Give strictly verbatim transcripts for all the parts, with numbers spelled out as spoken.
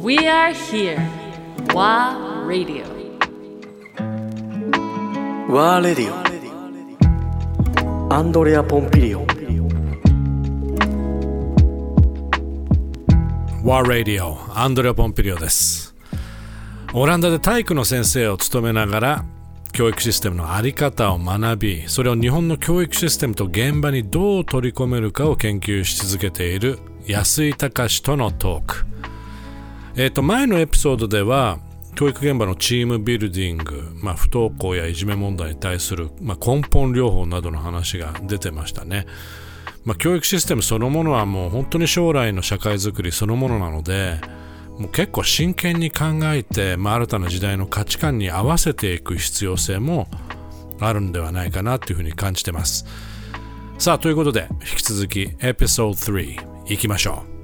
We are here. WA Radio. WA Radio. アンドレア・ポンピリオン。 WA Radio アンドレア・ポンピリオです。オランダで体育の先生を務めながら教育システムの在り方を学び、それを日本の教育システムと現場にどう取り込めるかを研究し続けている安井隆とのトーク。えっと前のエピソードでは教育現場のチームビルディング、まあ、不登校やいじめ問題に対する、まあ、根本療法などの話が出てましたね。まあ、教育システムそのものはもう本当に将来の社会づくりそのものなので、もう結構真剣に考えて、まあ、新たな時代の価値観に合わせていく必要性もあるんではないかなというふうに感じてます。さあということで引き続きエピソードスリーいきましょう。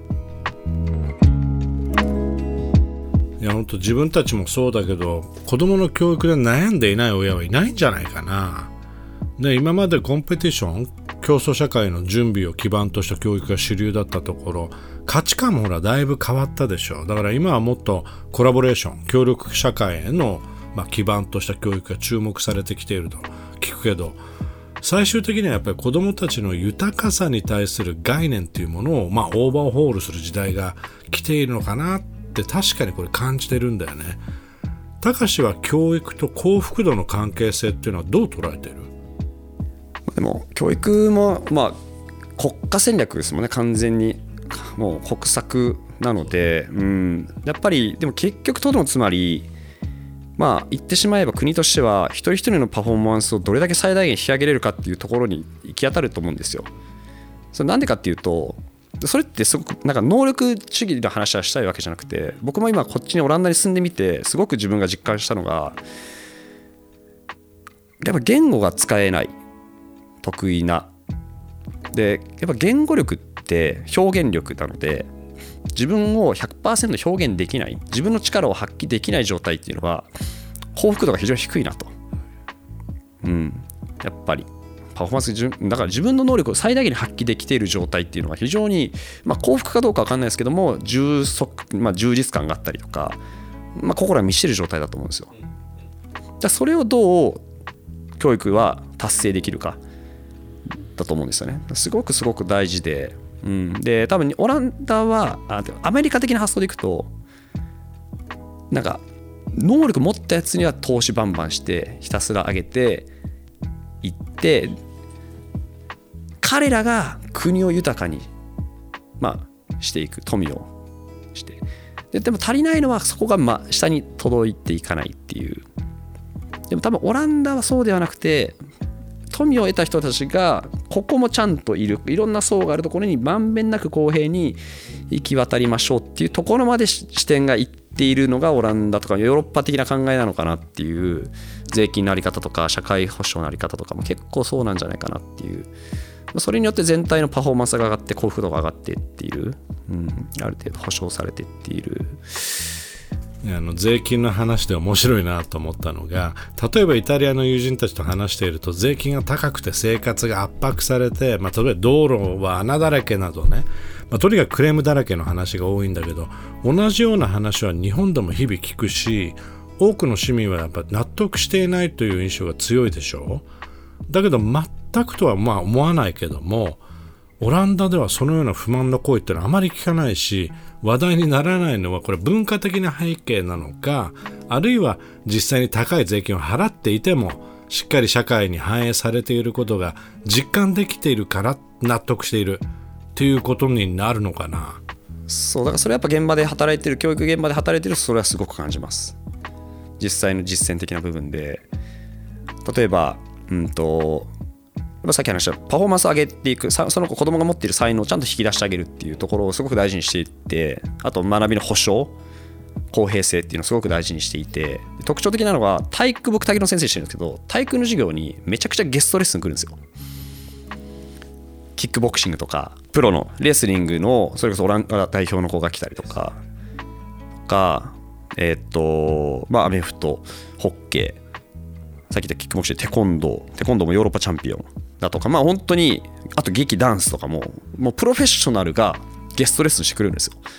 いや本当自分たちもそうだけど、子供の教育で悩んでいない親はいないんじゃないかな。で今までコンペティション競争社会の準備を基盤とした教育が主流だったところ、価値観もほらだいぶ変わったでしょ。だから今はもっとコラボレーション、協力社会への、まあ、基盤とした教育が注目されてきていると聞くけど、最終的にはやっぱり子どもたちの豊かさに対する概念というものを、まあ、オーバーホールする時代が来ているのかなって確かにこれ感じてるんだよね。たかしは教育と幸福度の関係性っていうのはどう捉えてる？ でも教育もまあ国家戦略ですもんね。完全にもう国策なので、うん、やっぱりでも結局とのつまりまあ言ってしまえば国としては一人一人のパフォーマンスをどれだけ最大限引き上げれるかっていうところに行き当たると思うんですよ。それなんでかっていうと、それってすごくなんか能力主義の話はしたいわけじゃなくて、僕も今こっちにオランダに住んでみてすごく自分が実感したのが、やっぱ言語が使えない、得意なで、やっぱ言語力って表現力なので、自分を ひゃくパーセント 表現できない、自分の力を発揮できない状態っていうのは幸福度が非常に低いなと。うんやっぱりパフォーマンスだから自分の能力を最大限に発揮できている状態っていうのは非常に、まあ、幸福かどうか分かんないですけども 充足、まあ、充実感があったりとか、まあ、心が満ちている状態だと思うんですよ。だそれをどう教育は達成できるかだと思うんですよね。すごくすごく大事で、うん、で多分オランダはあアメリカ的な発想でいくと、なんか能力持ったやつには投資バンバンしてひたすら上げていって、彼らが国を豊かに、まあ、していく、富をして、で、でも足りないのはそこが、まあ、下に届いていかないっていう。でも多分オランダはそうではなくて、富を得た人たちがここもちゃんといる、いろんな層があるところにまんべんなく公平に行き渡りましょうっていうところまで視点がいっているのがオランダとかヨーロッパ的な考えなのかなっていう。税金のあり方とか社会保障のあり方とかも結構そうなんじゃないかなっていう。それによって全体のパフォーマンスが上がって幸福度が上がっていっている、うん、ある程度保障されていっている。 あの税金の話で面白いなと思ったのが、例えばイタリアの友人たちと話していると、税金が高くて生活が圧迫されて、まあ、例えば道路は穴だらけなどね、まあ、とにかくクレームだらけの話が多いんだけど、同じような話は日本でも日々聞くし、多くの市民はやっぱ納得していないという印象が強いでしょう。だけど全くとはまあ思わないけども、オランダではそのような不満の声ってのはあまり聞かないし、話題にならないのはこれ文化的な背景なのか、あるいは実際に高い税金を払っていてもしっかり社会に反映されていることが実感できているから納得しているっていうことになるのかな。 そうだからそれはやっぱ現場で働いてる、教育現場で働いてる、それはすごく感じます。実際の実践的な部分で、例えば、うんと、さっき話したパフォーマンスを上げていく、その子供が持っている才能をちゃんと引き出してあげるっていうところをすごく大事にしていって、あと学びの保障、公平性っていうのをすごく大事にしていて、特徴的なのは体育、僕体育の先生してるんですけど、体育の授業にめちゃくちゃゲストレッスン来るんですよ。キックボクシングとかプロのレスリングのそれこそオランダ代表の子が来たりとかか、えっとまあアメフト、ホッケー、さっき言ったキックボクシング、テコンドー、テコンドーもヨーロッパチャンピオンだとか、まあ本当に、あと劇、ダンスとかももうプロフェッショナルがゲストレッスンしてくるんですよ。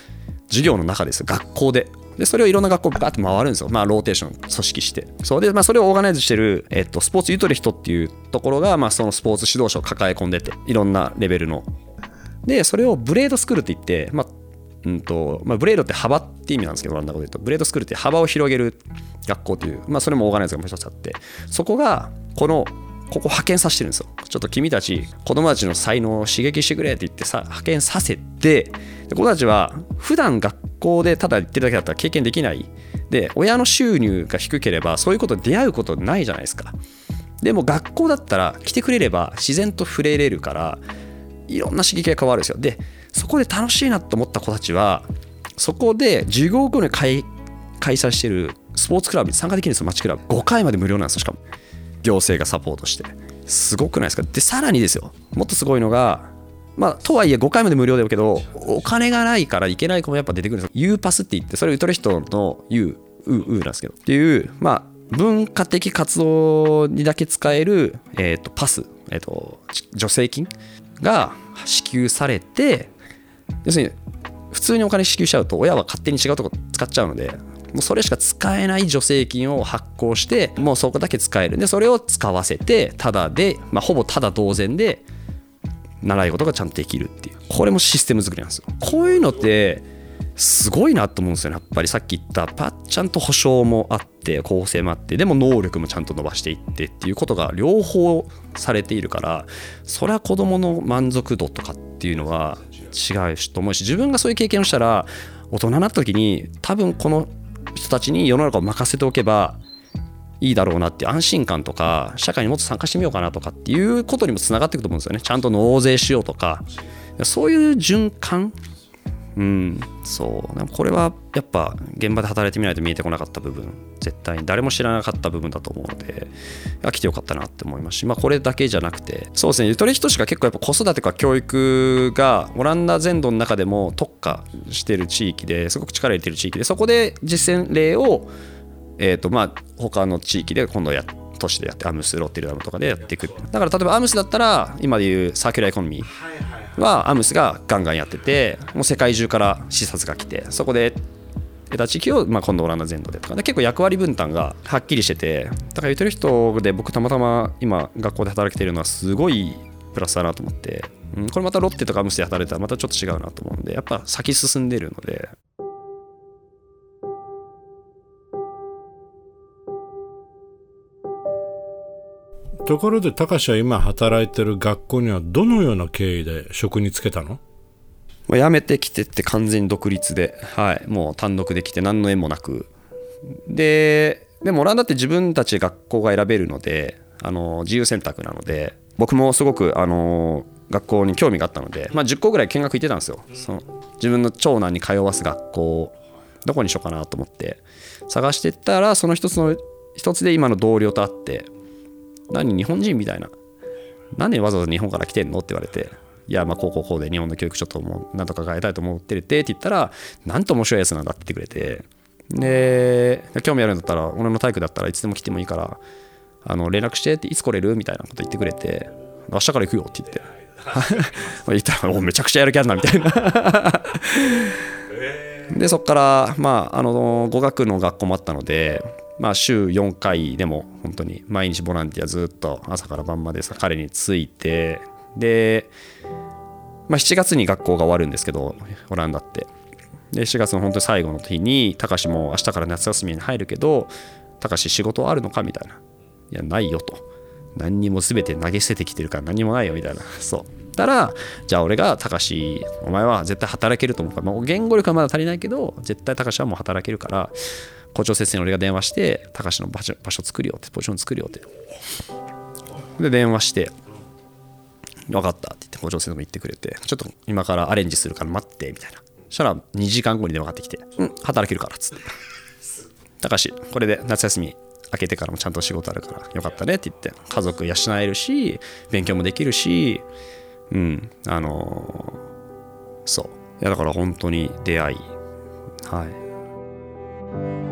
授業の中ですよ、学校で。でそれをいろんな学校バーって回るんですよ、まあ、ローテーション組織して。そうで、まあ、それをオーガナイズしてる、えっと、スポーツゆとり人っていうところが、まあ、そのスポーツ指導者を抱え込んでて、いろんなレベルのでそれをブレードスクールって言って、まあうんとまあ、ブレードって幅って意味なんですけど、オランダ語で言うとブレードスクールって幅を広げる学校っていう、まあ、それもオーガナイズがもう一つあって、そこがこのここ派遣させてるんですよ。ちょっと君たち子供たちの才能を刺激してくれって言ってさ派遣させて、子供たちは普段学校でただ言ってるだけだったら経験できないで、親の収入が低ければそういうことに出会うことないじゃないですか。でも学校だったら来てくれれば自然と触れれるからいろんな刺激が変わるんですよ。でそこで楽しいなと思った子たちはそこで授業後に開催してるスポーツクラブに参加できるんですよ。街クラブごかいまで無料なんですよ。しかも行政がサポートしてすごくないですか。でさらにですよ、もっとすごいのが、まあとはいえごかいまで無料だけどお金がないから行けない子もやっぱ出てくるんですよ。 U パスって言って、それゆとり人の U ううなんですけどっていう、まあ文化的活動にだけ使える、えー、とパス、えー、と助成金が支給されて、要するに普通にお金支給しちゃうと親は勝手に違うとこ使っちゃうので、もうそれしか使えない助成金を発行して、もうそこだけ使える。でそれを使わせてタダで、まあ、ほぼタダ同然で習い事がちゃんとできるっていう、これもシステム作りなんですよ。こういうのってすごいなと思うんですよね。やっぱりさっき言ったパッちゃんと保証もあって構成もあって、でも能力もちゃんと伸ばしていってっていうことが両方されているから、それは子どもの満足度とかっていうのは違うと思うし、自分がそういう経験をしたら大人になった時に多分この人たちに世の中を任せておけばいいだろうなって安心感とか、社会にもっと参加してみようかなとかっていうことにもつながっていくと思うんですよね。ちゃんと納税しようとか、そういう循環、うん、そうこれはやっぱ現場で働いてみないと見えてこなかった部分、絶対に誰も知らなかった部分だと思うので、来てよかったなって思いますし、まあこれだけじゃなくて、そうですね、ゆとり人しか結構やっぱ子育てとか教育がオランダ全土の中でも特化してる地域ですごく力入れてる地域で、そこで実践例をえっとまあ他の地域で今度や都市でやって、アムスロッテルダムとかでやっていく。だから例えばアムスだったら今でいうサーキュラーエコノミーはアムスがガンガンやってて、もう世界中から視察が来て、そこで得た地域をまあ今度オランダ全土でとかで、結構役割分担がはっきりしてて、だからゆとり人で僕たまたま今学校で働けてるのはすごいプラスだなと思って、うん、これまたロッテとかアムスで働いたらまたちょっと違うなと思うんで、やっぱ先進んでるので。 ところで高志は今働いてる学校にはどのような経緯で職に就けたの？ 辞めてきてって完全に独立で、はい、もう単独できて何の縁もなくで、でもオランダって自分たちで学校が選べるので、あの自由選択なので、僕もすごくあの学校に興味があったので、まあ、じゅっこぐらい見学行ってたんですよ。その自分の長男に通わす学校どこにしようかなと思って探してったら、その一つの一つで今の同僚と会って、何日本人みたいな、何でわざわざ日本から来てんのって言われて、いやまあこうこうこうで日本の教育ちょっともうなんとか変えたいと思ってるってって言ったら、なんと面白いやつなんだって言ってくれて、で興味あるんだったら俺の体育だったらいつでも来てもいいからあの連絡してって、いつ来れるみたいなこと言ってくれて、明日から行くよって言って言ったらおめちゃくちゃやる気あるなみたいなでそっからまああの語学の学校もあったので、まあ週よんかいでも本当に毎日ボランティアずっと朝から晩までさ彼について、で、まあ、しちがつに学校が終わるんですけどオランダって、でしちがつの本当に最後の日に高志も明日から夏休みに入るけど高志仕事あるのかみたいな、いやないよと、何にも全て投げ捨ててきてるから何にもないよみたいな、そうたらじゃあ俺が高志お前は絶対働けると思うから、まあ、言語力はまだ足りないけど絶対高志はもう働けるから校長先生に俺が電話して高志の場所、場所作るよって、ポジション作るよってで電話して分かったって言って校長先生も言ってくれて、ちょっと今からアレンジするから待ってみたいな、そしたらにじかんごに電話かかってきて、うん働けるからっつって、高志これで夏休み明けてからもちゃんと仕事あるからよかったねって言って、家族養えるし勉強もできるし、うんあのー、そういやだから本当に出会い、はい。